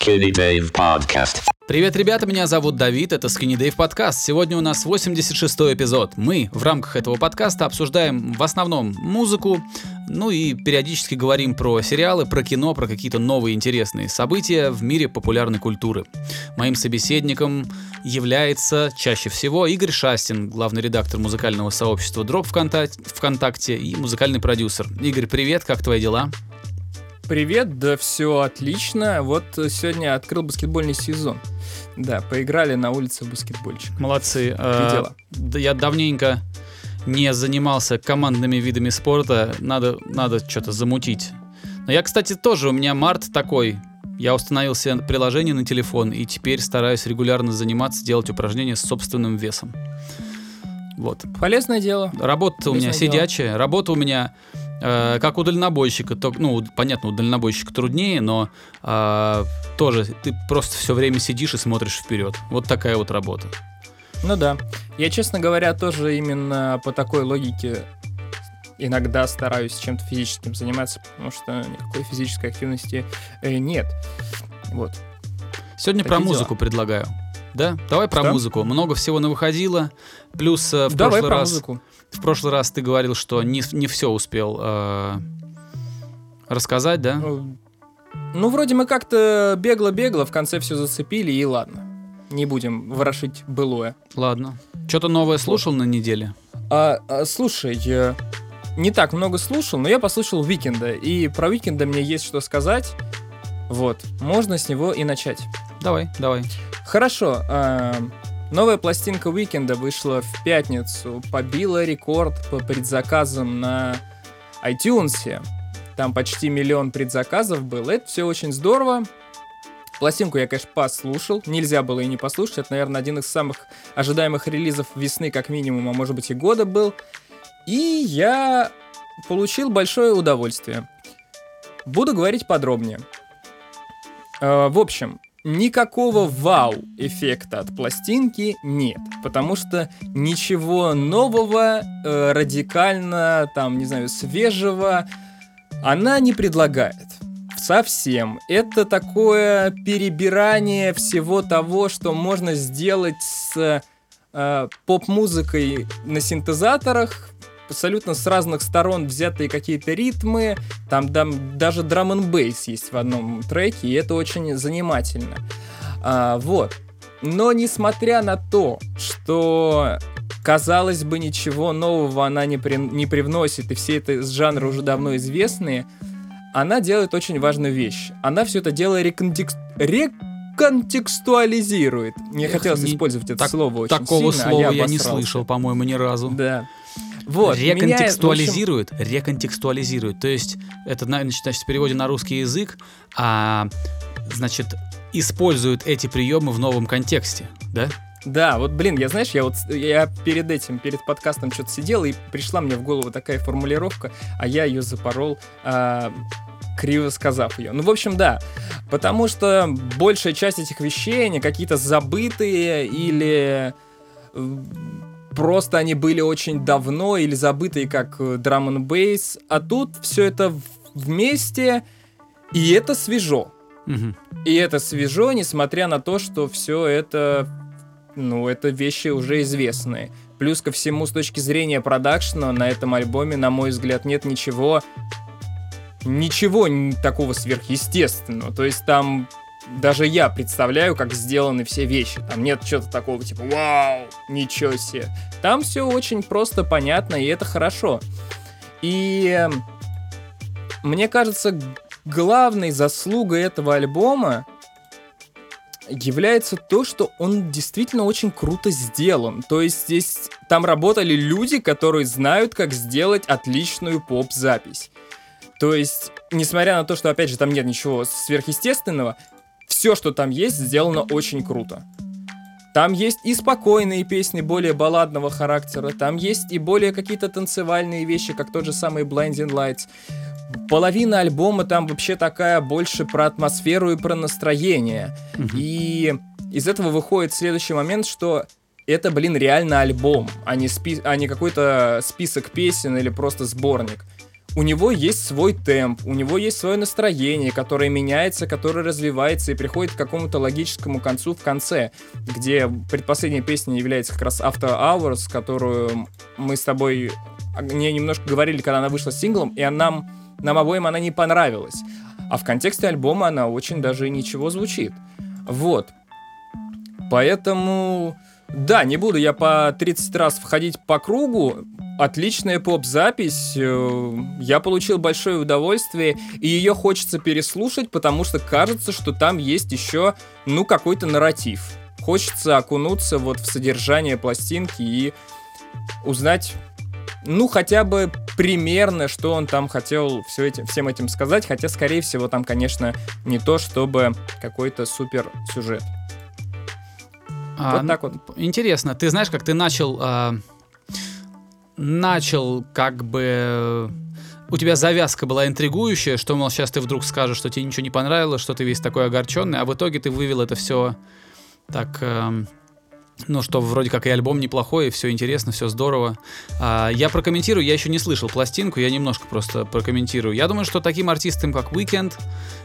Skinny Dave Podcast. Привет, ребята, меня зовут Давид, это Skinny Dave Podcast. Сегодня у нас 86-й эпизод. Мы в рамках этого подкаста обсуждаем в основном музыку, ну и периодически говорим про сериалы, про кино, про какие-то новые интересные события в мире популярной культуры. Моим собеседником является чаще всего Игорь Шастин, главный редактор музыкального сообщества Drop ВКонтакте и музыкальный продюсер. Игорь, привет, как твои дела? Привет, да все отлично. Вот сегодня открыл баскетбольный сезон. Да, поиграли на улице в баскетбольчик. Молодцы. Я давненько не занимался командными видами спорта. Надо что-то замутить. Но я, кстати, тоже, у меня март такой. Я установил себе приложение на телефон и теперь стараюсь регулярно заниматься, делать упражнения с собственным весом. Вот. Полезное дело. Работа у меня сидячая. Работа у меня как у дальнобойщика. Понятно, у дальнобойщика труднее, но тоже ты просто все время сидишь и смотришь вперед. Вот такая вот работа. Ну да. Я, честно говоря, тоже именно по такой логике иногда стараюсь чем-то физическим заниматься, потому что никакой физической активности нет. Вот. Сегодня такие про музыку предлагаю. Да? Давай про музыку. Много всего навыходило. Плюс в прошлый раз ты говорил, что не все успел рассказать, да? Ну, вроде мы как-то бегло-бегло, в конце все зацепили, и ладно. Не будем ворошить былое. Ладно. Что-то новое слушал на неделе? Слушай, я не так много слушал, но я послушал Уикенда, и про Уикенда мне есть что сказать. Вот, можно с него и начать. Давай. Хорошо. Новая пластинка Уикенда вышла в пятницу, побила рекорд по предзаказам на iTunes. Там почти 1 миллион предзаказов было. Это все очень здорово. Пластинку я, конечно, послушал. Нельзя было и не послушать. Это, наверное, один из самых ожидаемых релизов весны, как минимум, а может быть и года был. И я получил большое удовольствие. Буду говорить подробнее. В общем, никакого вау-эффекта от пластинки нет, потому что ничего нового, радикально, свежего она не предлагает. Совсем. Это такое перебирание всего того, что можно сделать с поп-музыкой на синтезаторах, абсолютно с разных сторон взятые какие-то ритмы, там даже драм-н-бейс есть в одном треке, и это очень занимательно. Вот. Но несмотря на то, что, казалось бы, ничего нового она не привносит, и все это жанры уже давно известные, она делает очень важную вещь. Она все это дело реконтекстуализирует. Мне хотелось использовать это слово очень сильно. Такого слова я не слышал, по-моему, ни разу. Да. Вот, реконтекстуализирует. То есть это, значит, в переводе на русский язык, значит, используют эти приемы в новом контексте, да? Да, вот, я перед подкастом что-то сидел, и пришла мне в голову такая формулировка, а я ее запорол, криво сказав ее. Ну, в общем, да, потому что большая часть этих вещей, они какие-то забытые или просто они были очень давно или забытые, как драм-н-бейс, а тут все это вместе, и это свежо. Угу. И это свежо, несмотря на то, что все это, это вещи уже известные. Плюс ко всему, с точки зрения продакшена, на этом альбоме, на мой взгляд, нет ничего такого сверхъестественного. То есть там даже я представляю, как сделаны все вещи. Там нет чего-то такого типа «Вау! Ничего себе!». Там все очень просто, понятно, и это хорошо. И мне кажется, главной заслугой этого альбома является то, что он действительно очень круто сделан. То есть там работали люди, которые знают, как сделать отличную поп-запись. То есть, несмотря на то, что, опять же, там нет ничего сверхъестественного, все, что там есть, сделано очень круто. Там есть и спокойные песни более балладного характера, там есть и более какие-то танцевальные вещи, как тот же самый Blinding Lights. Половина альбома там вообще такая больше про атмосферу и про настроение. И из этого выходит следующий момент, что это, реально альбом, а не какой-то список песен или просто сборник. у него есть свой темп, у него есть свое настроение, которое меняется, которое развивается и приходит к какому-то логическому концу в конце, где предпоследняя песня является как раз After Hours, которую мы с тобой немножко говорили, когда она вышла синглом, и нам обоим она не понравилась. А в контексте альбома она очень даже ничего звучит. Вот. Поэтому... Да, не буду я по 30 раз входить по кругу. Отличная поп-запись. Я получил большое удовольствие, и ее хочется переслушать, потому что кажется, что там есть еще, какой-то нарратив. Хочется окунуться вот в содержание пластинки и узнать, хотя бы примерно, что он там хотел всем этим сказать, хотя, скорее всего, там, конечно, не то, чтобы какой-то супер сюжет. Вот так вот. Интересно, ты знаешь, как ты начал как бы... У тебя завязка была интригующая, что, мол, сейчас ты вдруг скажешь, что тебе ничего не понравилось, что ты весь такой огорченный, а в итоге ты вывел это все так... что вроде как и альбом неплохой, и все интересно, все здорово. Я прокомментирую, я еще не слышал пластинку, я немножко просто прокомментирую. Я думаю, что таким артистам, как Weeknd,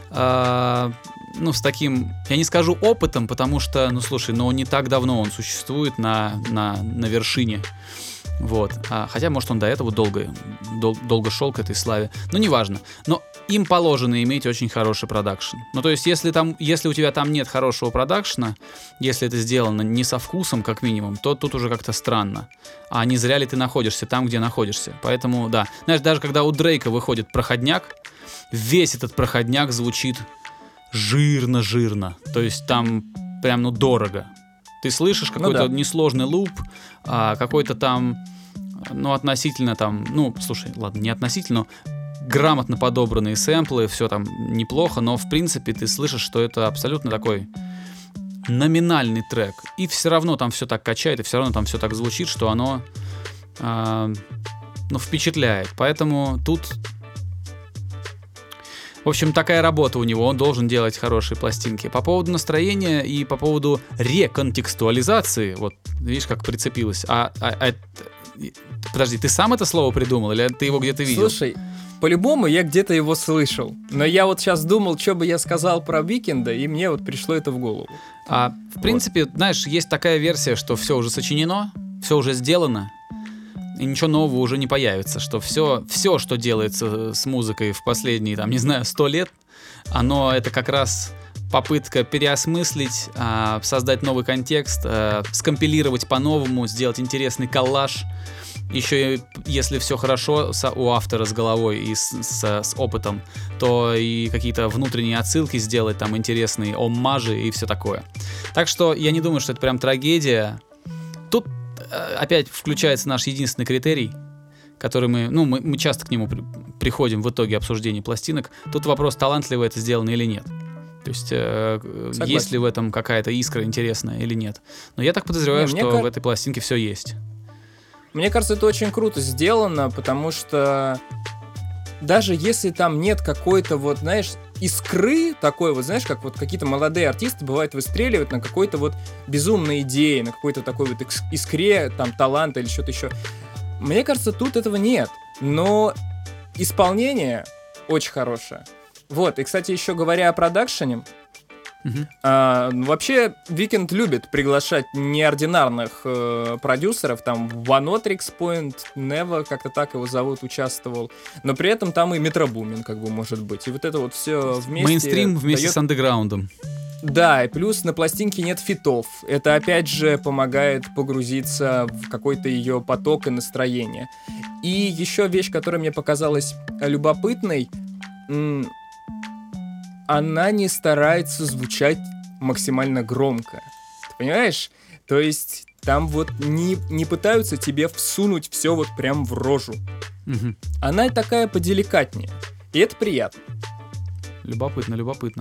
с таким, я не скажу опытом, потому что, слушай, не так давно он существует на вершине. Вот. Хотя, может, он до этого долго шел к этой славе. Неважно. Но им положено иметь очень хороший продакшн. То есть, если у тебя там нет хорошего продакшна, если это сделано не со вкусом, как минимум, то тут уже как-то странно. А не зря ли ты находишься там, где находишься. Поэтому, да. Знаешь, даже когда у Дрейка выходит проходняк, весь этот проходняк звучит жирно. То есть, там прям, дорого. Ты слышишь какой-то несложный луп, какой-то там, относительно там, слушай, ладно, не относительно, но грамотно подобранные сэмплы, все там неплохо, но в принципе ты слышишь, что это абсолютно такой номинальный трек. И все равно там все так качает, и все равно там все так звучит, что оно впечатляет. Поэтому тут... В общем, такая работа у него, он должен делать хорошие пластинки. По поводу настроения и по поводу реконтекстуализации, вот, видишь, как прицепилось. Подожди, ты сам это слово придумал или ты его где-то видел? Слушай, по-любому я где-то его слышал, но я вот сейчас думал, что бы я сказал про Уикенда, и мне вот пришло это в голову. В принципе, знаешь, есть такая версия, что все уже сочинено, все уже сделано, и ничего нового уже не появится, что все, что делается с музыкой в последние, 100 лет, это как раз попытка переосмыслить, создать новый контекст, скомпилировать по-новому, сделать интересный коллаж. Еще если все хорошо у автора с головой и с опытом, то и какие-то внутренние отсылки сделать, интересные оммажи и все такое. Так что я не думаю, что это прям трагедия. Тут опять включается наш единственный критерий, который мы часто к нему приходим в итоге обсуждения пластинок. Тут вопрос, талантливо это сделано или нет. То есть, есть ли в этом какая-то искра интересная или нет. Но я так подозреваю, что в этой пластинке все есть. Мне кажется, это очень круто сделано, потому что даже если там нет какой-то искры такой как какие-то молодые артисты бывает выстреливают на какой-то безумной идее, на какой-то такой искре, таланта или что-то еще. Мне кажется, тут этого нет, но исполнение очень хорошее. И, кстати, еще говоря о продакшене, вообще Weeknd любит приглашать неординарных продюсеров, Vanotrix Point, Nevo, как-то так его зовут, участвовал, но при этом там и Metro Boomin, может быть, и это все вместе... Мейнстрим вместе с андеграундом. Да, и плюс на пластинке нет фитов. Это опять же помогает погрузиться в какой-то ее поток и настроение. И еще вещь, которая мне показалась любопытной, она не старается звучать максимально громко. Ты понимаешь? То есть там не пытаются тебе всунуть все прям в рожу. Угу. Она такая поделикатнее. И это приятно. Любопытно.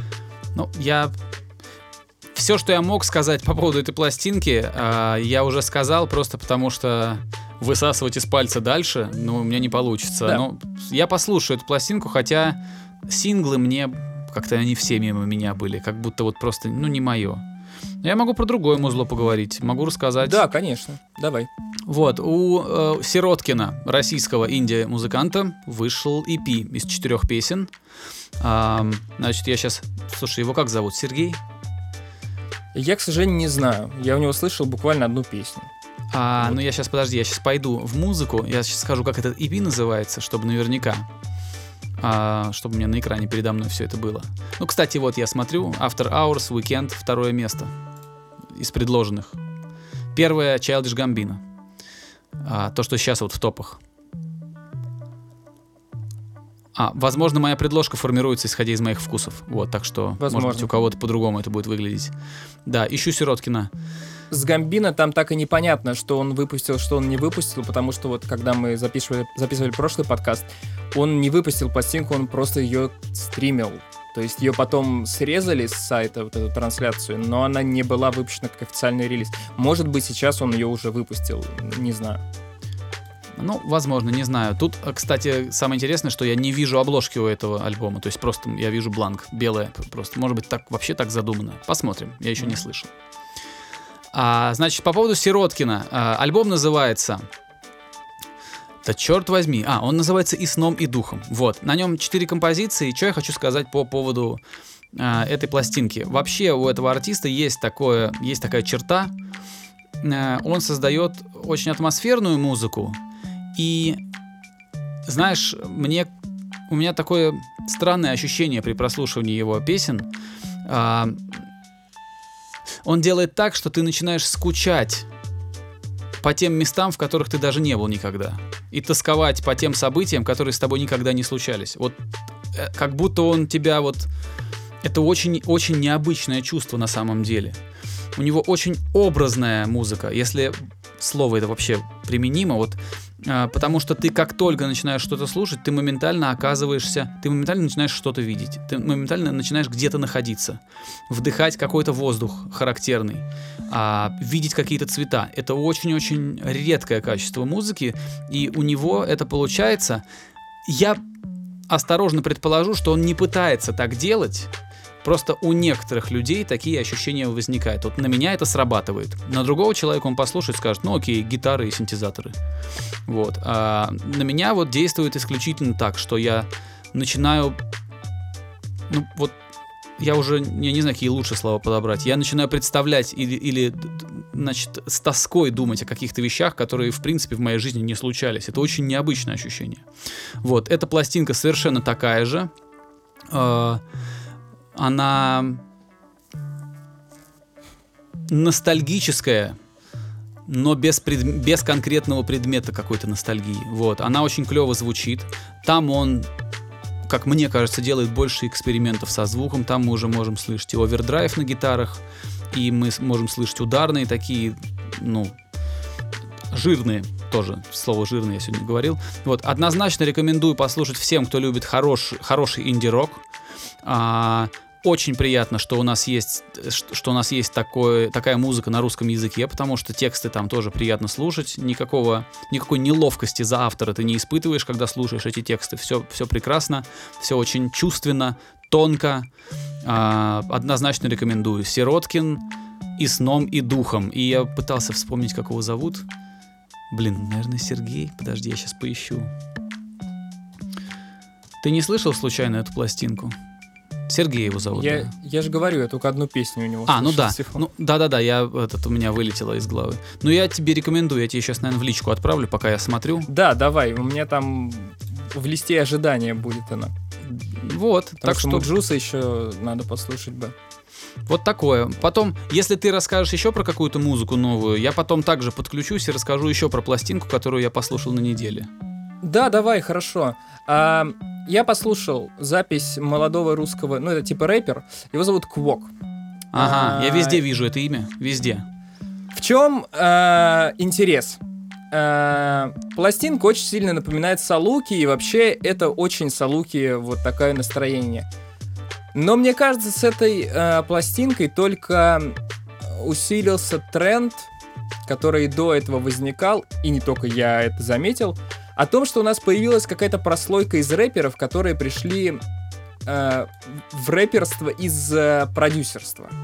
Все, что я мог сказать по поводу этой пластинки, я уже сказал, просто потому что высасывать из пальца дальше, у меня не получится. Да. Я послушаю эту пластинку, хотя синглы мне как-то они все мимо меня были, как будто просто, не мое. Я могу про другое музло поговорить, могу рассказать. Да, конечно, давай. Вот, у Сироткина, российского инди-музыканта, вышел EP из 4 песен. Значит, я сейчас... Слушай, его как зовут? Сергей? Я, к сожалению, не знаю. Я у него слышал буквально одну песню. Вот. Ну я сейчас, подожди, я сейчас пойду в музыку, я сейчас скажу, как этот EP называется, чтобы наверняка, чтобы у меня на экране передо мной все это было. Ну, кстати, вот я смотрю, After Hours, Weekend, 2 место из предложенных. Первое — Childish Gambino. То, что сейчас вот в топах. Возможно, моя предложка формируется, исходя из моих вкусов. Вот, так что, возможно, может быть, у кого-то по-другому это будет выглядеть. Да, ищу Сироткина. С Гамбино там так и непонятно, что он выпустил, что он не выпустил, потому что вот когда мы записывали прошлый подкаст, он не выпустил пластинку, он просто ее стримил. То есть ее потом срезали с сайта, вот эту трансляцию, но она не была выпущена как официальный релиз. Может быть, сейчас он ее уже выпустил, не знаю. Ну, возможно, не знаю. Тут, кстати, самое интересное, что я не вижу обложки у этого альбома. То есть просто я вижу бланк, белая просто. Может быть, так вообще так задумано. Посмотрим, я еще не слышал. Значит, по поводу Сироткина. Альбом называется... Да черт возьми. Он называется «И сном, и духом». Вот. На нем 4 композиции. Что я хочу сказать по поводу этой пластинки? Вообще у этого артиста есть такая черта. Он создает очень атмосферную музыку. И, знаешь, у меня такое странное ощущение при прослушивании его песен. Он делает так, что ты начинаешь скучать по тем местам, в которых ты даже не был никогда. И тосковать по тем событиям, которые с тобой никогда не случались. Вот как будто он тебя вот... Это очень-очень необычное чувство на самом деле. У него очень образная музыка, если слово это вообще применимо, вот, потому что ты как только начинаешь что-то слушать, ты моментально начинаешь что-то видеть, ты моментально начинаешь где-то находиться, вдыхать какой-то воздух характерный, видеть какие-то цвета. Это очень-очень редкое качество музыки, и у него это получается. Я осторожно предположу, что он не пытается так делать. Просто у некоторых людей такие ощущения возникают. Вот на меня это срабатывает. На другого человека он послушает, скажет, ну окей, гитары и синтезаторы. Вот. А на меня вот действует исключительно так, что я начинаю... я не знаю, какие лучше слова подобрать. Я начинаю представлять или значит, с тоской думать о каких-то вещах, которые, в принципе, в моей жизни не случались. Это очень необычное ощущение. Вот. Эта пластинка совершенно такая же. Она ностальгическая, но без конкретного предмета какой-то ностальгии. Вот. Она очень клево звучит. Там он, как мне кажется, делает больше экспериментов со звуком. Там мы уже можем слышать и овердрайв на гитарах, и мы можем слышать ударные такие, жирные. Тоже слово «жирный» я сегодня говорил. Вот. Однозначно рекомендую послушать всем, кто любит хороший инди-рок. Очень приятно, что у нас есть такая музыка на русском языке, потому что тексты там тоже приятно слушать. Никакой неловкости за автора ты не испытываешь, когда слушаешь эти тексты. Все прекрасно, все очень чувственно, тонко. Однозначно рекомендую. Сироткин «И сном, и духом». И я пытался вспомнить, как его зовут. Наверное, Сергей. Подожди, я сейчас поищу. Ты не слышал случайно эту пластинку? Сергей его зовут. Я же говорю, я только одну песню у него слышал. Да. Всего. Да, у меня вылетело из головы. Я тебе рекомендую, я тебе сейчас, наверное, в личку отправлю, пока я смотрю. Да, давай, у меня там в листе ожидания будет она. Вот. Потому так что Муджуса еще надо послушать бы. Вот такое. Потом, если ты расскажешь еще про какую-то музыку новую, я потом также подключусь и расскажу еще про пластинку, которую я послушал на неделе. Да, давай, хорошо. Я послушал запись молодого русского, это типа рэпер, его зовут Квок. Ага, я везде вижу это имя, везде. В чем интерес? Пластинка очень сильно напоминает Салуки, и вообще это очень Салуки, вот такое настроение. Но мне кажется, с этой пластинкой только усилился тренд, который до этого возникал, и не только я это заметил, о том, что у нас появилась какая-то прослойка из рэперов, которые пришли в рэперство из продюсерства.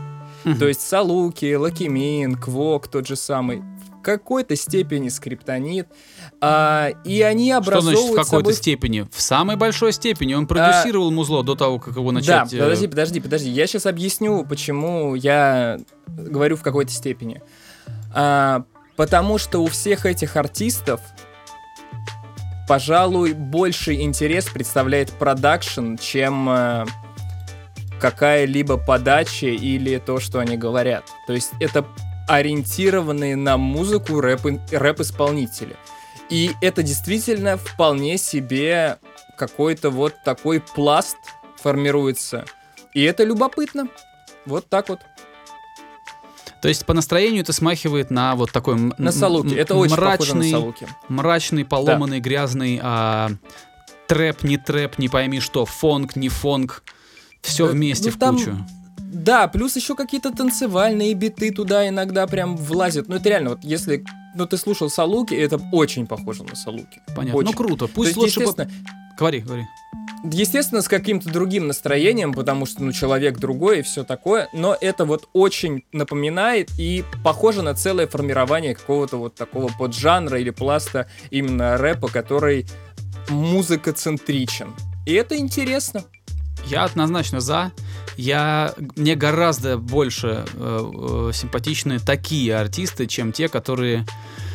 То есть Салуки, Лакимин, Квок тот же самый, в какой-то степени Скриптонит, и они образовывают Что значит в какой-то собой... степени? В самой большой степени. Он продюсировал музло до того, как его начать... Да, подожди. Я сейчас объясню, почему я говорю в какой-то степени. Потому что у всех этих артистов, пожалуй, больший интерес представляет продакшн, чем какая-либо подача или то, что они говорят. То есть это ориентированные на музыку рэп-исполнители. И это действительно вполне себе какой-то вот такой пласт формируется. И это любопытно. Вот так вот. То есть по настроению это смахивает на вот такой на Салуки. Это очень похоже на Салуки. Мрачный, поломанный, да. Грязный, трэп, не пойми что, фонк, не фонк. Все вместе в кучу. Да, плюс еще какие-то танцевальные биты туда иногда прям влазят. Ну это реально, вот если ты слушал Салуки, это очень похоже на Салуки. Понятно, очень. Ну круто, пусть лучше... Говори. Естественно, с каким-то другим настроением, потому что, человек другой и все такое, но это вот очень напоминает и похоже на целое формирование какого-то вот такого поджанра или пласта именно рэпа, который музыкоцентричен. И это интересно. Я однозначно за. Мне гораздо больше симпатичны такие артисты, чем те, которые,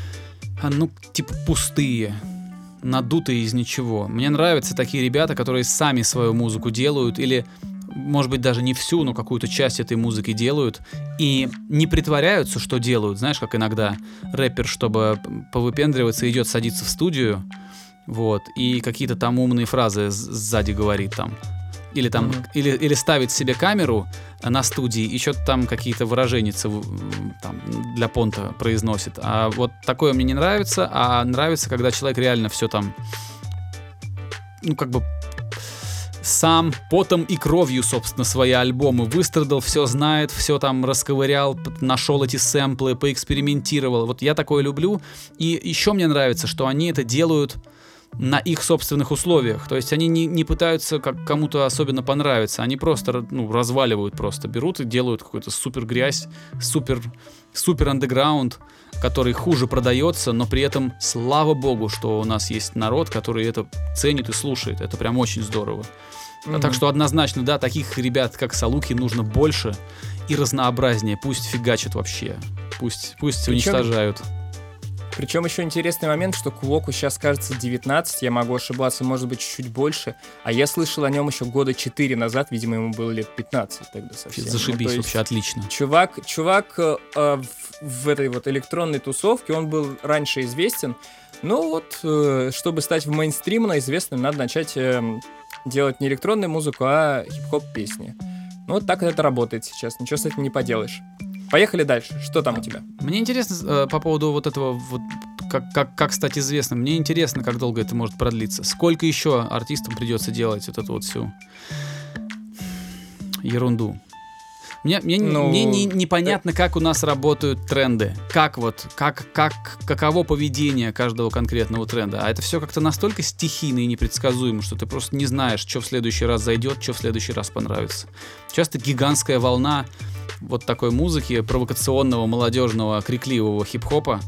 пустые, надутые из ничего. Мне нравятся такие ребята, которые сами свою музыку делают, или, может быть, даже не всю, но какую-то часть этой музыки делают, и не притворяются, что делают. Знаешь, как иногда рэпер, чтобы повыпендриваться, идет садиться в студию, вот, и какие-то там умные фразы сзади говорит там. Или там, или ставит себе камеру на студии и что-то там какие-то выраженицы там, для понта произносит. А вот такое мне не нравится, а нравится, когда человек реально все там, сам потом и кровью, собственно, свои альбомы выстрадал, все знает, все там расковырял, нашел эти сэмплы, поэкспериментировал. Вот я такое люблю. И еще мне нравится, что они это делают на их собственных условиях. То есть они не пытаются как кому-то особенно понравиться. Они просто разваливают, просто берут и делают какую-то супер грязь, супер андеграунд, который хуже продается, но при этом слава богу, что у нас есть народ, который это ценит и слушает. Это прям очень здорово. Так что однозначно, да, таких ребят, как Салуки, нужно больше и разнообразнее. Пусть фигачат вообще. Пусть уничтожают. Причем еще интересный момент, что Квоку сейчас, кажется, 19, я могу ошибаться, может быть, чуть-то больше, а я слышал о нем еще года 4 назад, видимо, ему было лет 15 тогда совсем. Зашибись, вообще отлично. Чувак в этой вот электронной тусовке, он был раньше известен, но вот, чтобы стать в мейнстримно известным, надо начать делать не электронную музыку, а хип-хоп песни. Ну, вот так это работает сейчас, ничего с этим не поделаешь. Поехали дальше. Что там у тебя? Мне интересно по поводу вот этого, вот, как стать известным. Мне интересно, как долго это может продлиться. Сколько еще артистам придется делать вот эту вот всю ерунду. Мне непонятно, как у нас работают тренды. Каково поведение каждого конкретного тренда. А это все как-то настолько стихийно и непредсказуемо, что ты просто не знаешь, что в следующий раз зайдет, что в следующий раз понравится. Часто гигантская волна вот такой музыки, провокационного, молодежного, крикливого хип-хопа.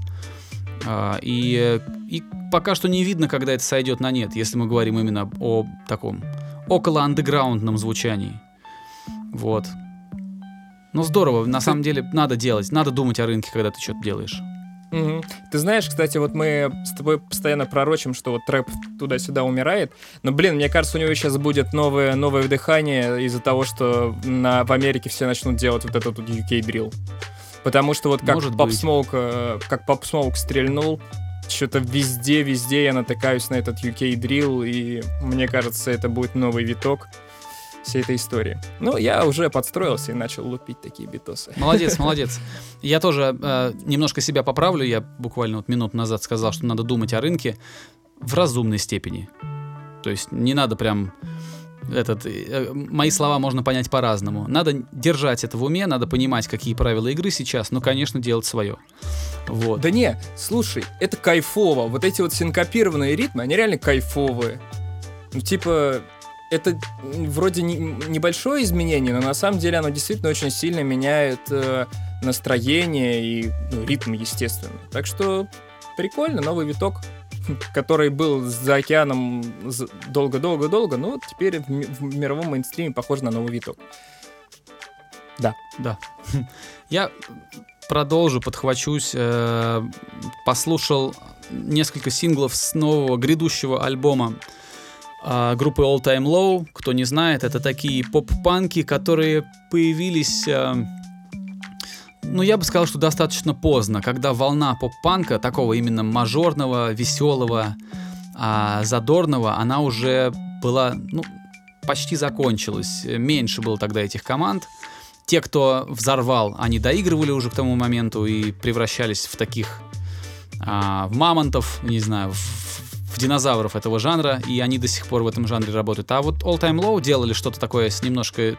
И пока что не видно, когда это сойдет на нет, если мы говорим именно о таком около-андеграундном звучании. Вот. Ну здорово, на самом деле надо делать, надо думать о рынке, когда ты что-то делаешь. Ты знаешь, кстати, вот мы с тобой постоянно пророчим, что вот трэп туда-сюда умирает, но, мне кажется, у него сейчас будет новое вдыхание из-за того, что в Америке все начнут делать вот этот вот UK drill. Потому что вот как Pop Smoke стрельнул, что-то везде я натыкаюсь на этот UK drill, и мне кажется, это будет новый виток всей этой истории. Ну, я уже подстроился и начал лупить такие битосы. Молодец. Я тоже немножко себя поправлю. Я буквально вот минуту назад сказал, что надо думать о рынке в разумной степени. То есть не надо прям... мои слова можно понять по-разному. Надо держать это в уме, надо понимать, какие правила игры сейчас, но, конечно, делать свое. Вот. Да не, слушай, это кайфово. Вот эти вот синкопированные ритмы, они реально кайфовые. это вроде небольшое изменение, но на самом деле оно действительно очень сильно меняет настроение и ритм, естественно. Так что прикольно, новый виток, который был за океаном долго-долго-долго, но вот теперь в мировом мейнстриме похож на новый виток. Да. Я продолжу, подхвачусь. Послушал несколько синглов с нового грядущего альбома группы All Time Low. Кто не знает, это такие поп-панки, которые появились, я бы сказал, что достаточно поздно, когда волна поп-панка, такого именно мажорного, веселого, задорного, она уже была, почти закончилась. Меньше было тогда этих команд. Те, кто взорвал, они доигрывали уже к тому моменту и превращались в таких, в мамонтов, не знаю, в динозавров этого жанра, и они до сих пор в этом жанре работают. А вот All Time Low делали что-то такое с немножко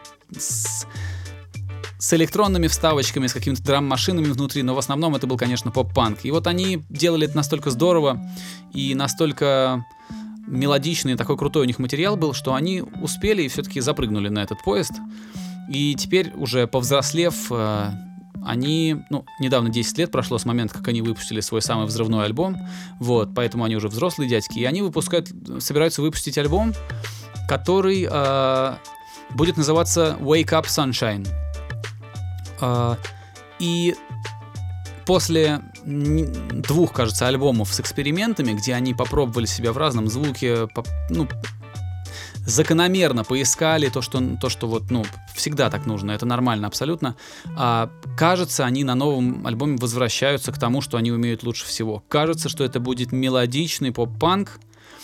с электронными вставочками, с какими-то драм-машинами внутри, но в основном это был, конечно, поп-панк. И вот они делали это настолько здорово и настолько мелодичный, такой крутой у них материал был, что они успели и все-таки запрыгнули на этот поезд. И теперь, уже повзрослев, они, недавно 10 лет прошло с момента, как они выпустили свой самый взрывной альбом, вот, поэтому они уже взрослые дядьки, и они собираются выпустить альбом, который будет называться Wake Up Sunshine. И после 2, кажется, альбомов с экспериментами, где они попробовали себя в разном звуке, закономерно поискали то, что вот, всегда так нужно, это нормально абсолютно. Кажется, они на новом альбоме возвращаются к тому, что они умеют лучше всего. Кажется, что это будет мелодичный поп-панк,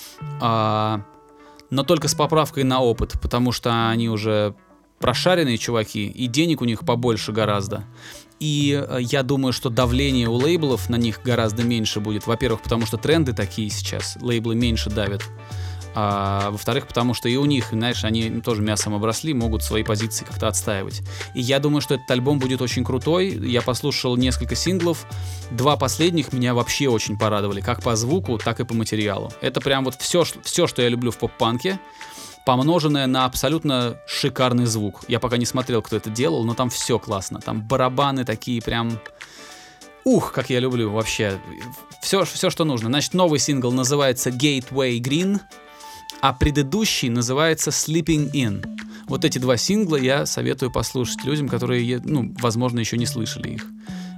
но только с поправкой на опыт, потому что они уже прошаренные чуваки, и денег у них побольше гораздо. И я думаю, что давление у лейблов на них гораздо меньше будет. Во-первых, потому что тренды такие сейчас, лейблы меньше давят. А во-вторых, потому что и у них, знаешь, они тоже мясом обросли, могут свои позиции как-то отстаивать. И я думаю, что этот альбом будет очень крутой. Я послушал несколько синглов. 2 последних меня вообще очень порадовали, как по звуку, так и по материалу. Это прям вот все, что я люблю в поп-панке, помноженное на абсолютно шикарный звук. Я пока не смотрел, кто это делал, но там все классно. Там барабаны такие прям... как я люблю вообще. Все, что нужно. Значит, новый сингл называется Gateway Green, а предыдущий называется Sleeping In. Вот эти 2 сингла я советую послушать людям, которые, возможно, еще не слышали их.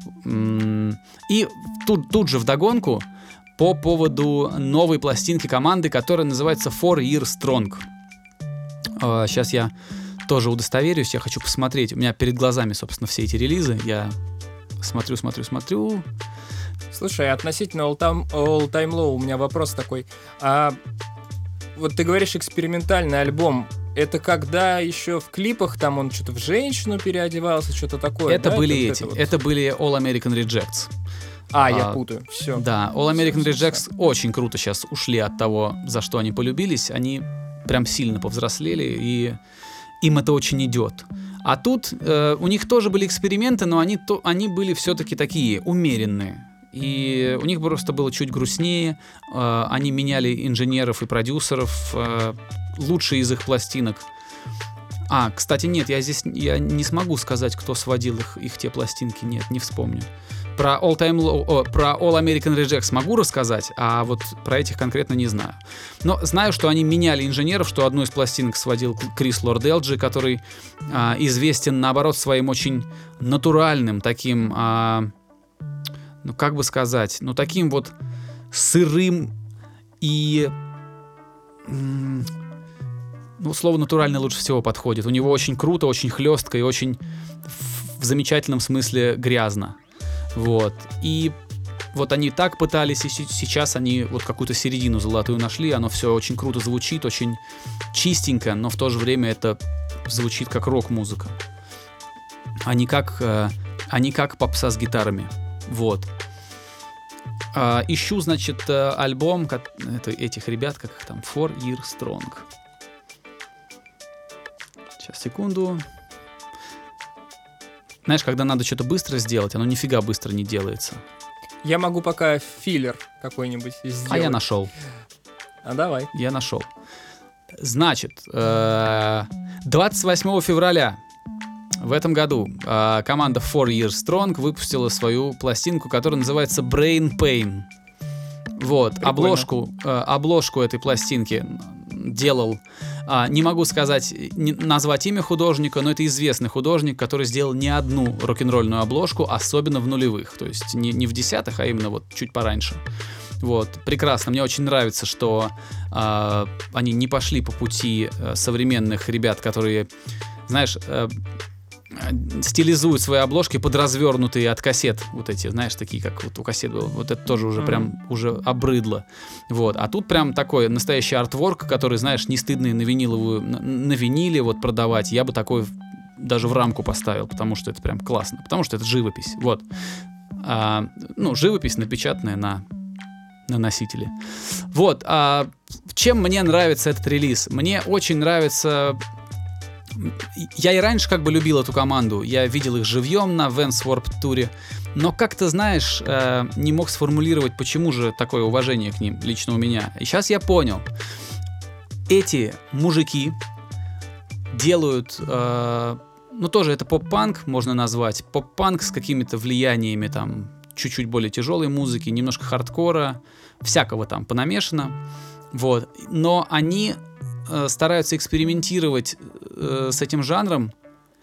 И тут же вдогонку по поводу новой пластинки команды, которая называется 4 Year Strong. Сейчас я тоже удостоверюсь, я хочу посмотреть. У меня перед глазами, собственно, все эти релизы. Я смотрю. Слушай, относительно All Time Low у меня вопрос такой. Вот ты говоришь экспериментальный альбом. Это когда еще в клипах там он что-то в женщину переодевался, что-то такое? Это были это были All American Rejects. Я путаю. Все. Да, All American Rejects очень круто сейчас ушли от того, за что они полюбились. Они прям сильно повзрослели, и им это очень идет. А тут у них тоже были эксперименты, но они были все-таки такие умеренные. И у них просто было чуть грустнее. Они меняли инженеров и продюсеров. Лучшие из их пластинок. Кстати, нет, я не смогу сказать, кто сводил их те пластинки. Нет, не вспомню. Про All American Rejects могу рассказать, а вот про этих конкретно не знаю. Но знаю, что они меняли инженеров, что одну из пластинок сводил Крис Лорд-Элджи, который известен, наоборот, своим очень натуральным таким... как бы сказать, таким вот сырым и, слово натурально лучше всего подходит. У него очень круто, очень хлестко и очень в замечательном смысле грязно. Вот. И вот они так пытались, и сейчас они вот какую-то середину золотую нашли. Оно все очень круто звучит, очень чистенько, но в то же время это звучит как рок-музыка, а не как попса с гитарами. Вот. Ищу, значит, альбом этих ребят, как их там, 4 Year Strong. Сейчас, секунду. Знаешь, когда надо что-то быстро сделать, оно нифига быстро не делается. Я могу пока филлер какой-нибудь сделать. Я нашел. Давай. Я нашел. Значит, 28 февраля в этом году команда Four Years Strong выпустила свою пластинку, которая называется Brain Pain. Вот, обложку этой пластинки делал, не могу сказать, назвать имя художника, но это известный художник, который сделал не одну рок-н-ролльную обложку, особенно в нулевых, то есть не в десятых, а именно вот чуть пораньше. Вот, прекрасно, мне очень нравится, что они не пошли по пути современных ребят, которые, знаешь, стилизуют свои обложки под развернутые от кассет, вот эти, знаешь, такие, как вот у кассет было, вот это тоже уже прям уже обрыдло, вот, а тут прям такой настоящий артворк, который, знаешь, не стыдно на виниле вот продавать, я бы такой даже в рамку поставил, потому что это прям классно, потому что это живопись, вот, живопись напечатанная на носителе, вот, чем мне нравится этот релиз? Мне очень нравится. Я и раньше как бы любил эту команду, я видел их живьем на Vans Warped туре, но как-то, знаешь, не мог сформулировать, почему же такое уважение к ним лично у меня. И сейчас я понял. Эти мужики делают, тоже это поп-панк, можно назвать, поп-панк с какими-то влияниями, там, чуть-чуть более тяжелой музыки, немножко хардкора, всякого там понамешано, вот, но они стараются экспериментировать с этим жанром,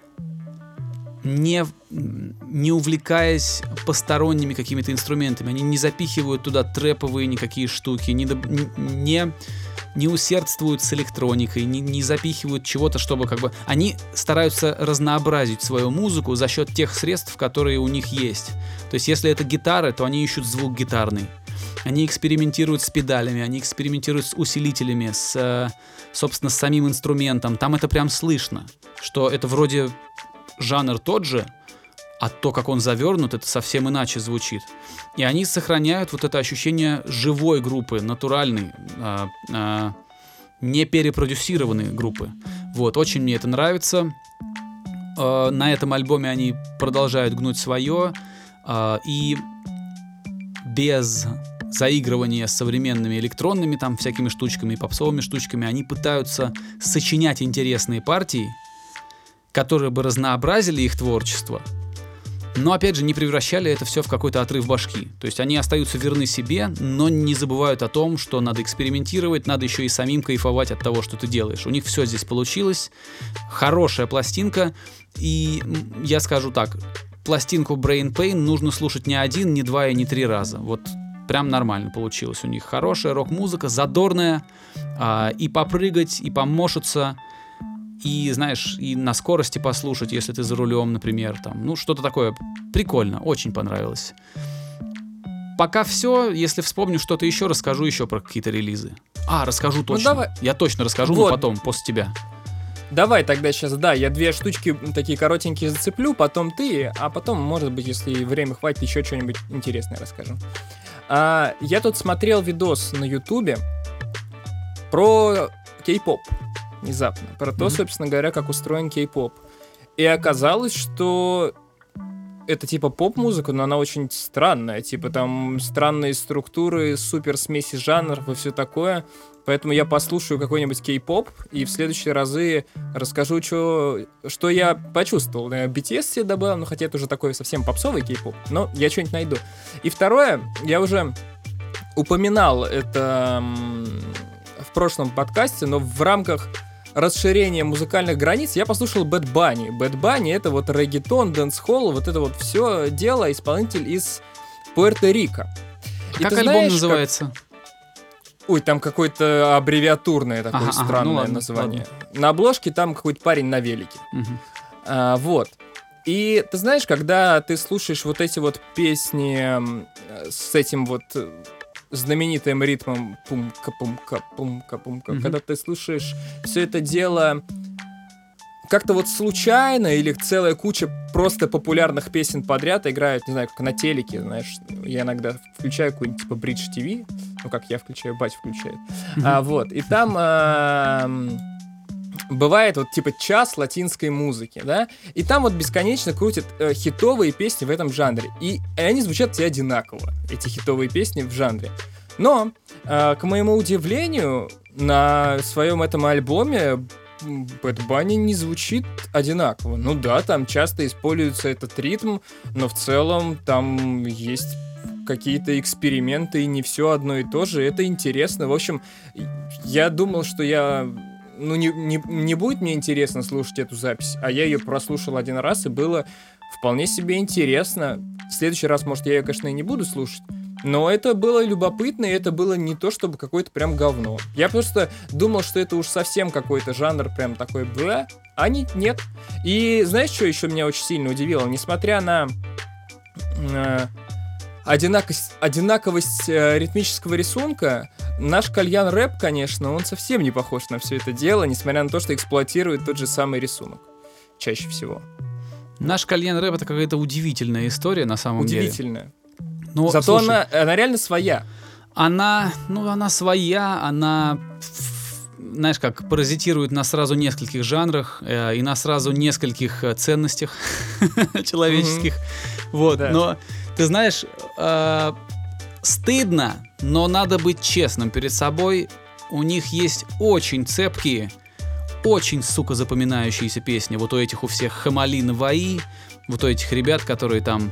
не увлекаясь посторонними какими-то инструментами. Они не запихивают туда трэповые никакие штуки, не усердствуют с электроникой, не запихивают чего-то, чтобы как бы... Они стараются разнообразить свою музыку за счет тех средств, которые у них есть. То есть если это гитара, то они ищут звук гитарный. Они экспериментируют с педалями, они экспериментируют с усилителями, собственно, с самим инструментом. Там это прям слышно, что это вроде жанр тот же, а то, как он завернут, это совсем иначе звучит. И они сохраняют вот это ощущение живой группы, натуральной, не перепродюсированной группы. Вот, очень мне это нравится. На этом альбоме они продолжают гнуть свое, и без заигрывания с современными электронными там всякими штучками, попсовыми штучками, они пытаются сочинять интересные партии, которые бы разнообразили их творчество, но, опять же, не превращали это все в какой-то отрыв башки. То есть они остаются верны себе, но не забывают о том, что надо экспериментировать, надо еще и самим кайфовать от того, что ты делаешь. У них все здесь получилось, хорошая пластинка, и я скажу так, пластинку Brain Pain нужно слушать не один, не два и не три раза. Вот прям нормально получилось у них. Хорошая рок-музыка, задорная, и попрыгать, и помошиться, и, знаешь, и на скорости послушать, если ты за рулем, например, там, что-то такое. Прикольно, очень понравилось. Пока все, если вспомню что-то еще, расскажу еще про какие-то релизы. Расскажу точно. Давай. Я точно расскажу, вот. Но потом, после тебя. Давай тогда сейчас, я 2 штучки такие коротенькие зацеплю, потом ты, а потом, может быть, если время хватит, еще что-нибудь интересное расскажу. Я тут смотрел видос на Ютубе про кей-поп, внезапно, про то, собственно говоря, как устроен кей-поп. И оказалось, что это типа поп-музыка, но она очень странная, типа там странные структуры, супер смеси жанров и все такое. Поэтому я послушаю какой-нибудь кей-поп и в следующие разы расскажу, что я почувствовал. BTS себе добавил, хотя это уже такой совсем попсовый кей-поп, но я что-нибудь найду. И второе, я уже упоминал это в прошлом подкасте, но в рамках расширения музыкальных границ я послушал Bad Bunny. Bad Bunny — это вот реггетон, дэнс-холл, вот это вот все дело, исполнитель из Пуэрто-Рико. Как альбом называется? Ой, там какое-то аббревиатурное такое странное название. Ладно. На обложке там какой-то парень на велике. Вот. И ты знаешь, когда ты слушаешь вот эти вот песни с этим вот знаменитым ритмом пумка-пумка-пумка-пумка, когда ты слушаешь все это дело как-то вот случайно или целая куча просто популярных песен подряд играют, не знаю, как на телеке, знаешь, я иногда включаю какой-нибудь типа Bridge TV, как я включаю, батя включает, вот, и там бывает вот типа час латинской музыки, да, и там вот бесконечно крутят хитовые песни в этом жанре, и они звучат все одинаково, эти хитовые песни в жанре. Но, к моему удивлению, на своем этом альбоме Bad Bunny не звучит одинаково. Ну да, там часто используется этот ритм, но в целом там есть какие-то эксперименты, и не все одно и то же. Это интересно. В общем, я думал, что не будет мне интересно слушать эту запись, а я ее прослушал один раз, и было вполне себе интересно. В следующий раз, может, я ее, конечно, и не буду слушать, но это было любопытно, и это было не то, чтобы какое-то прям говно. Я просто думал, что это уж совсем какой-то жанр прям такой бля, а нет. И знаешь, что еще меня очень сильно удивило? Несмотря на одинаковость ритмического рисунка, наш кальян рэп, конечно, он совсем не похож на все это дело, несмотря на то, что эксплуатирует тот же самый рисунок. Чаще всего. Наш кальян рэп — это какая-то удивительная история на самом деле. Удивительная. Но, зато слушай, она реально своя. Она своя, она, знаешь, как паразитирует на сразу нескольких жанрах и на сразу нескольких ценностях человеческих. Вот, Да. но ты знаешь, стыдно, но надо быть честным перед собой. У них есть очень цепкие, очень, сука, запоминающиеся песни. Вот у этих у всех Хамали Наваи, вот у этих ребят, которые там...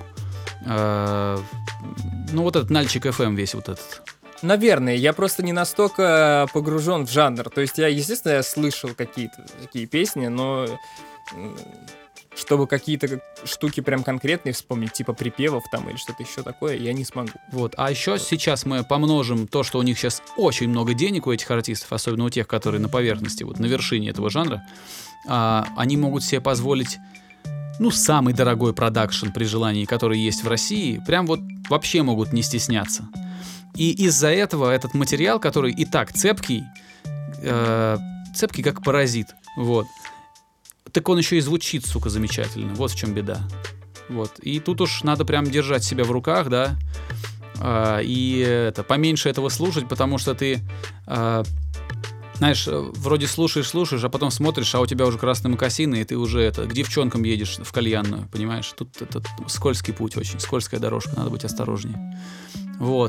ну, вот этот Нальчик FM весь вот этот. Наверное, я просто не настолько погружен в жанр. То есть естественно, я слышал какие-то такие песни, но чтобы какие-то штуки прям конкретные вспомнить, типа припевов там или что-то еще такое, я не смогу. Вот. А еще сейчас мы помножим то, что у них сейчас очень много денег у этих артистов, особенно у тех, которые на поверхности, вот на вершине этого жанра. Они могут себе позволить, ну, самый дорогой продакшн при желании, который есть в России, прям вот вообще могут не стесняться. И из-за этого этот материал, который и так цепкий, цепкий как паразит, вот, так он еще и звучит, сука, замечательно. Вот в чем беда. Вот. И тут уж надо прям держать себя в руках, да, и поменьше этого слушать, потому что ты... знаешь, вроде слушаешь, а потом смотришь, а у тебя уже красные мокасины, и ты уже к девчонкам едешь в кальянную, понимаешь? Тут этот скользкий путь очень, скользкая дорожка, надо быть осторожнее. Вот.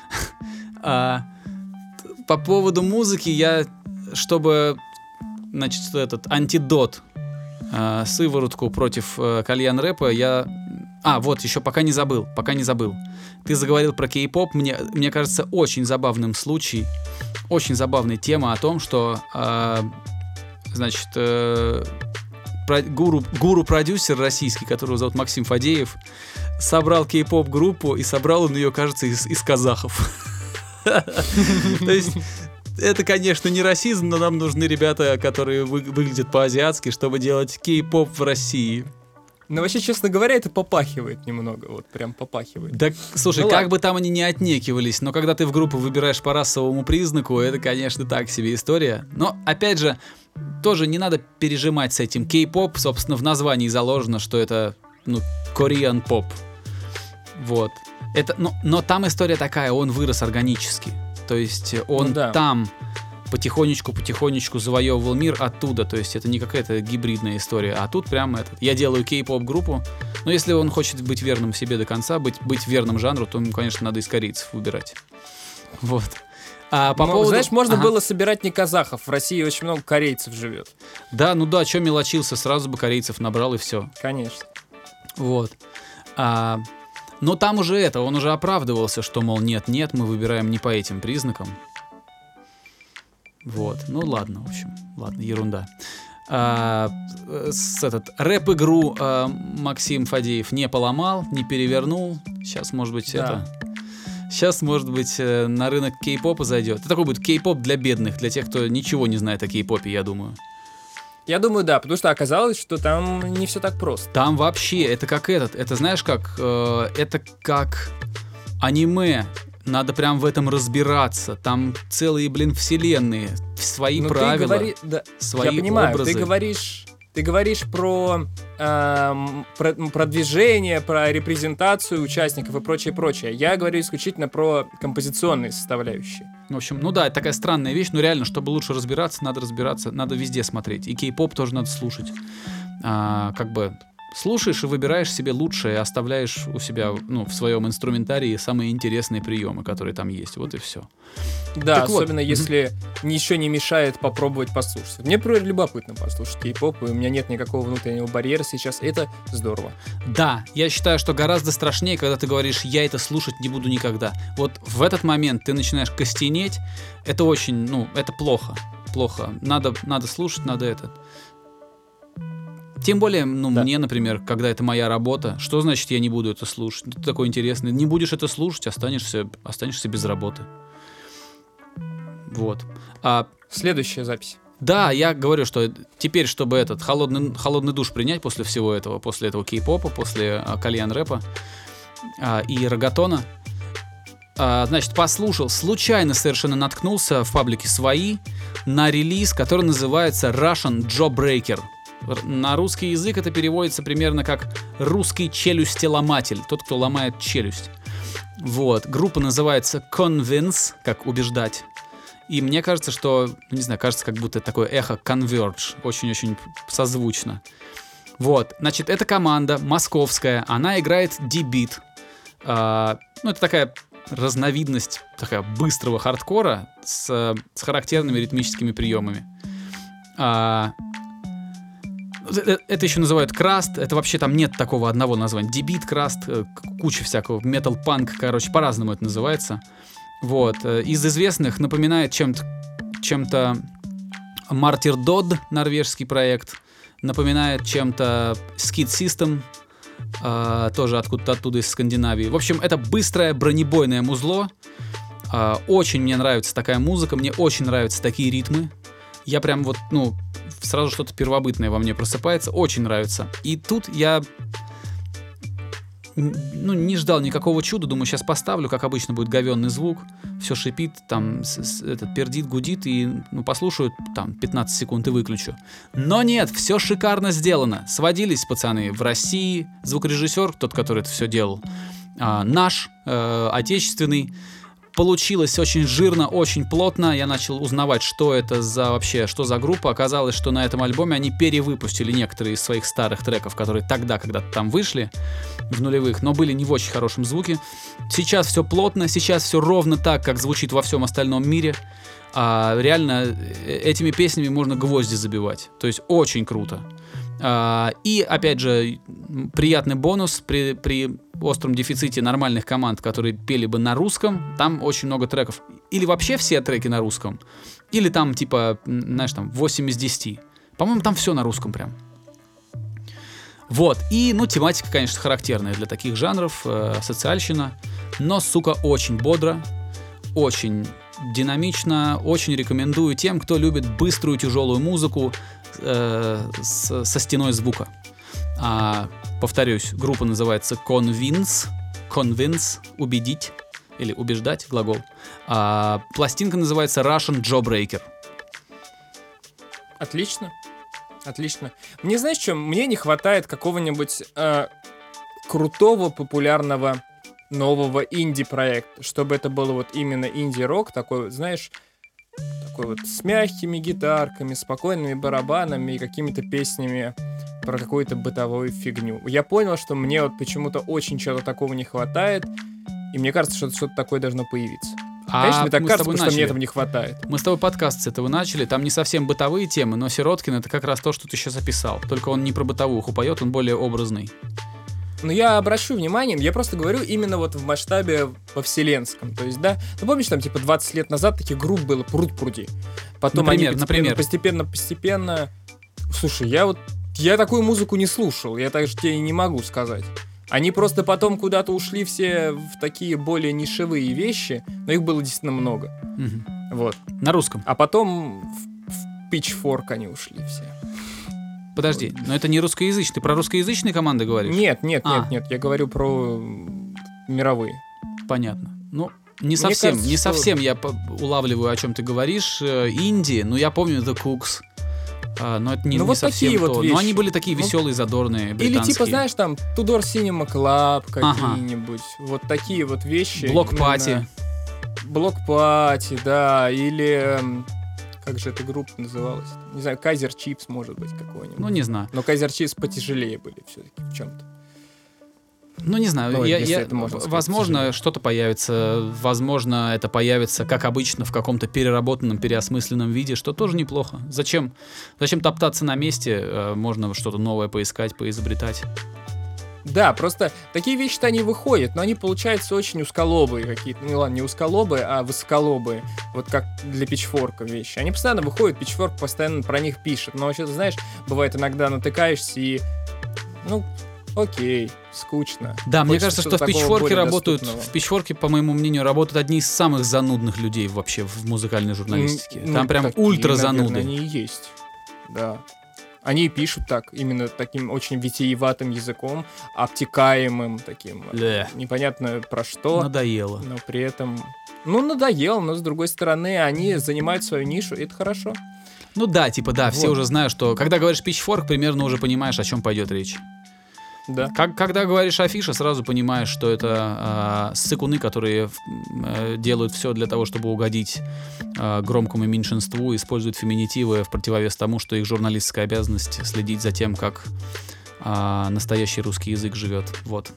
По поводу музыки чтобы, значит, этот антидот, сыворотку против кальян-рэпа, вот, еще пока не забыл. Ты заговорил про кей-поп, мне кажется, очень забавным случай, очень забавная тема о том, что, значит, гуру-продюсер российский, которого зовут Максим Фадеев, собрал кей-поп-группу, и собрал он ее, кажется, из казахов. То есть, это, конечно, не расизм, но нам нужны ребята, которые выглядят по-азиатски, чтобы делать кей-поп в России. Но вообще, честно говоря, это попахивает немного, вот прям попахивает. Да, слушай, Ну как ладно. бы там они ни отнекивались, но когда ты в группу выбираешь по расовому признаку, это, конечно, так себе история. Но, опять же, тоже не надо пережимать с этим. Кей-поп, собственно, в названии заложено, что это, Korean pop. Вот. Но там история такая, он вырос органически. То есть он там потихонечку завоевывал мир оттуда. То есть это не какая-то гибридная история, а тут прямо я делаю кей-поп группу. Но если он хочет быть верным себе до конца, быть верным жанру, то ему, конечно, надо из корейцев выбирать. Вот. А по поводу... Знаешь, можно было собирать не казахов. В России очень много корейцев живет. Да, что мелочился, сразу бы корейцев набрал и все. Конечно. Вот. Но там уже он уже оправдывался, что, мол, нет, мы выбираем не по этим признакам. Вот. Ну ладно, в общем. Ладно, ерунда. Рэп-игру Максим Фадеев не поломал, не перевернул. Сейчас, может быть, Сейчас, может быть, на рынок кей-попа зайдет. Это такой будет кей-поп для бедных, для тех, кто ничего не знает о кей-попе, я думаю. Я думаю, да, потому что оказалось, что там не все так просто. Там вообще, это как это знаешь как, это как аниме. Надо прям в этом разбираться. Там целые, вселенные, свои правила, свои я понимаю, образы. Ты говоришь про продвижение, про репрезентацию участников и прочее. Я говорю исключительно про композиционные составляющие. В общем, это такая странная вещь, но реально, чтобы лучше разбираться, надо везде смотреть. И кей-поп тоже надо слушать. слушаешь и выбираешь себе лучшее, оставляешь у себя, в своем инструментарии самые интересные приемы, которые там есть. Вот и все. Да, Так вот. особенно если ничего не мешает попробовать послушать. Мне, например, любопытно послушать кей-поп, и у меня нет никакого внутреннего барьера сейчас. Это здорово. Да, я считаю, что гораздо страшнее, когда ты говоришь, я это слушать не буду никогда. Вот в этот момент ты начинаешь костенеть, это очень, это плохо. Плохо. Надо слушать, надо это. Тем более, Да. мне, например, когда это моя работа, что значит я не буду это слушать? Ты такой интересный. Не будешь это слушать, останешься без работы. Вот. Следующая запись. Да, я говорю, что теперь, чтобы этот холодный душ принять после всего этого, после этого кей-попа, после кальян-рэпа и рогатона, значит, послушал, случайно совершенно наткнулся в паблике «Свои» на релиз, который называется Russian Jawbreaker. На русский язык это переводится примерно как «русский челюстеломатель», тот, кто ломает челюсть. Вот. Группа называется Convince, как убеждать. И мне кажется, что, не знаю, кажется, как будто такое эхо Converge, очень-очень созвучно. Вот, значит, эта команда московская, она играет D-beat. Это такая разновидность такая быстрого хардкора с характерными ритмическими приемами. Это еще называют краст, это вообще там нет такого одного названия. D-beat, краст, куча всякого, метал-панк, короче, по-разному это называется. Вот, из известных напоминает чем-то Martyr Dod, норвежский проект, напоминает чем-то Skid System, тоже откуда-то оттуда из Скандинавии. В общем, это быстрое бронебойное музло. Очень мне нравится такая музыка, мне очень нравятся такие ритмы. Я прям сразу что-то первобытное во мне просыпается, очень нравится. И тут я не ждал никакого чуда, думаю, сейчас поставлю, как обычно будет говенный звук, все шипит, там пердит, гудит, и послушаю там 15 секунд и выключу. Но нет, все шикарно сделано. Сводились пацаны в России, звукорежиссер, тот, который это все делал, наш, отечественный. Получилось очень жирно, очень плотно. Я начал узнавать, что это что за группа. Оказалось, что на этом альбоме они перевыпустили некоторые из своих старых треков, которые тогда когда-то там вышли, в нулевых, но были не в очень хорошем звуке. Сейчас все плотно, сейчас все ровно так, как звучит во всем остальном мире. Реально, этими песнями можно гвозди забивать. То есть очень круто. И, опять же, приятный бонус при остром дефиците нормальных команд, которые пели бы на русском. Там очень много треков. Или вообще все треки на русском, или там, типа, знаешь, там 8 из 10. По-моему, там все на русском прям. Вот. И, тематика, конечно, характерная для таких жанров, социальщина. Но, сука, очень бодро, очень динамично. Очень рекомендую тем, кто любит быструю, тяжелую музыку со стеной звука. Повторюсь, группа называется Convince, убедить или убеждать, глагол. Пластинка называется Russian Jawbreaker. Отлично. Мне, знаешь, что? Мне не хватает какого-нибудь крутого, популярного, нового инди-проекта, чтобы это было вот именно инди-рок, такой, знаешь, такой вот с мягкими гитарками, спокойными барабанами и какими-то песнями про какую-то бытовую фигню. Я понял, что мне вот почему-то очень чего-то такого не хватает, и мне кажется, что что-то такое должно появиться. Конечно, мне так кажется, потому что мне этого не хватает. Мы с тобой подкаст с этого начали, там не совсем бытовые темы, но Сироткин — это как раз то, что ты сейчас описал. Только он не про бытовуху поет, он более образный. Но я обращу внимание, я просто говорю именно вот в масштабе во вселенском. То есть, да, помнишь, там типа 20 лет назад таких групп было пруд-пруди. Потом например. постепенно... Слушай, я такую музыку не слушал, я так же тебе и не могу сказать. Они просто потом куда-то ушли все в такие более нишевые вещи, но их было действительно много. Угу. Вот. На русском. А потом в Pitchfork они ушли все. Подожди, но это не русскоязычный. Ты про русскоязычные команды говоришь? Нет, я говорю про мировые. Понятно. Не совсем я улавливаю, о чем ты говоришь. Инди, я помню The Cooks. Но это не вот совсем такие то. вот вещи. Но они были такие веселые, задорные, британские. Или типа, знаешь, там Tudor Cinema Club какие-нибудь. Вот такие вот вещи. Блок-пати. Блок-пати, да. Или Как же эта группа называлась? Не знаю, Kaiser Chiefs, может быть, какой-нибудь. Ну, не знаю. Но Kaiser Chiefs потяжелее были все-таки в чем-то. Ну, не знаю, возможно, сказать, что-то появится, возможно, это появится, как обычно, в каком-то переработанном, переосмысленном виде, что тоже неплохо. Зачем топтаться на месте, можно что-то новое поискать, поизобретать. Да, просто такие вещи-то они выходят, но они получаются очень узколобые какие-то. Ну ладно, не узколобые, а высоколобые. Вот как для Pitchfork вещи. Они постоянно выходят, Pitchfork постоянно про них пишет. Но вообще, ты знаешь, бывает иногда натыкаешься и... Ну, окей, скучно. Да, мне кажется, что в Pitchfork работают, доступного. в Pitchfork, по моему мнению, работают одни из самых занудных людей вообще в музыкальной журналистике. Там прям ультра зануды. Они и есть, да. Они пишут так, именно таким очень витиеватым языком, обтекаемым таким, непонятно про что. Надоело. Но при этом... Ну, надоело, но с другой стороны, они занимают свою нишу, и это хорошо. Ну да, типа да, все Вот. уже знают, что когда говоришь Pitchfork, примерно уже понимаешь, о чем пойдет речь. Да. Когда говоришь афиша, сразу понимаешь, что это ссыкуны, которые делают все для того, чтобы угодить громкому меньшинству, используют феминитивы в противовес тому, что их журналистская обязанность следить за тем, как настоящий русский язык живет. Вот.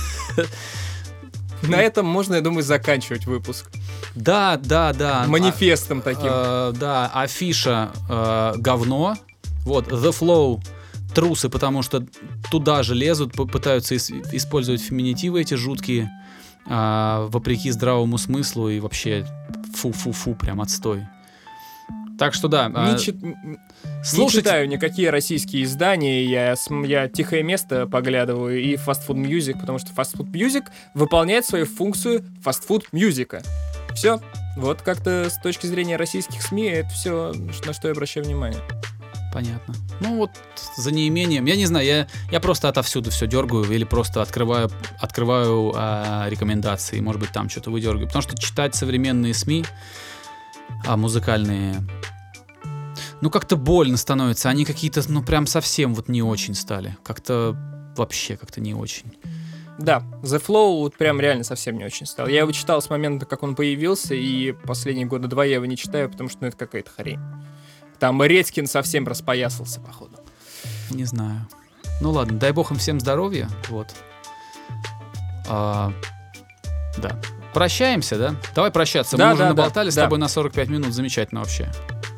На этом можно, я думаю, заканчивать выпуск. Да. Манифестом таким. Да, афиша говно. Вот, The Flow трусы, потому что туда же лезут, пытаются использовать феминитивы эти жуткие, вопреки здравому смыслу, и вообще фу-фу-фу, прям отстой. Так что да. Не читаю никакие российские издания, я тихое место поглядываю и Fast Food Music, потому что Fast Food Music выполняет свою функцию Fast Food Music. Все. Вот как-то с точки зрения российских СМИ это все, на что я обращаю внимание. Понятно. Ну вот за неимением, я не знаю, я просто отовсюду все дергаю или просто открываю рекомендации, может быть там что-то выдергиваю, потому что читать современные СМИ, музыкальные, ну как-то больно становится, они какие-то, ну прям совсем вот не очень стали, как-то вообще как-то не очень. Да, The Flow вот прям реально совсем не очень стал. Я его читал с момента, как он появился, и последние года 2 я его не читаю, потому что это какая-то хрень. Там Редькин совсем распоясался, походу. Не знаю. Ну ладно, дай бог им всем здоровья. Вот. Да. Прощаемся, да? Давай прощаться. Мы уже наболтали с тобой на 45 минут. Замечательно вообще.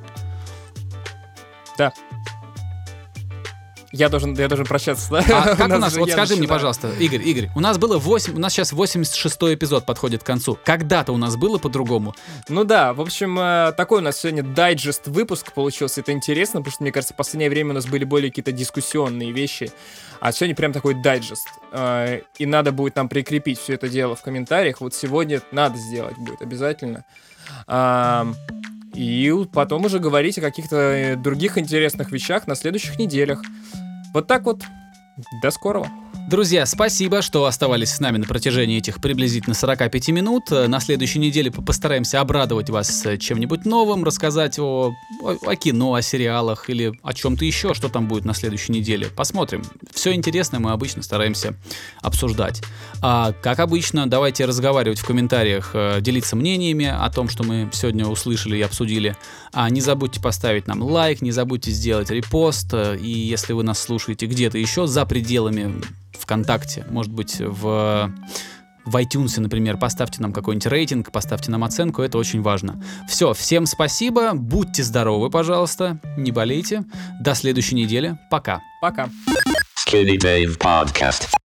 Да. Я должен прощаться, да? Как у нас? Вот скажи мне, пожалуйста, Игорь, у нас сейчас 86-й эпизод подходит к концу. Когда-то у нас было по-другому. Ну да, в общем, такой у нас сегодня дайджест выпуск получился. Это интересно, потому что, мне кажется, в последнее время у нас были более какие-то дискуссионные вещи. А сегодня прям такой дайджест. И надо будет нам прикрепить все это дело в комментариях. Вот сегодня надо сделать будет обязательно. И потом уже говорить о каких-то других интересных вещах на следующих неделях. Вот так вот. До скорого. Друзья, спасибо, что оставались с нами на протяжении этих приблизительно 45 минут. На следующей неделе постараемся обрадовать вас чем-нибудь новым, рассказать о кино, о сериалах или о чем-то еще, что там будет на следующей неделе. Посмотрим. Все интересное мы обычно стараемся обсуждать. Как обычно, давайте разговаривать в комментариях, делиться мнениями о том, что мы сегодня услышали и обсудили. Не забудьте поставить нам лайк, не забудьте сделать репост. И если вы нас слушаете где-то еще за пределами ВКонтакте, может быть, в iTunes, например, поставьте нам какой-нибудь рейтинг, поставьте нам оценку, это очень важно. Все, всем спасибо, будьте здоровы, пожалуйста, не болейте. До следующей недели, пока. Пока. Skinny Dave Podcast.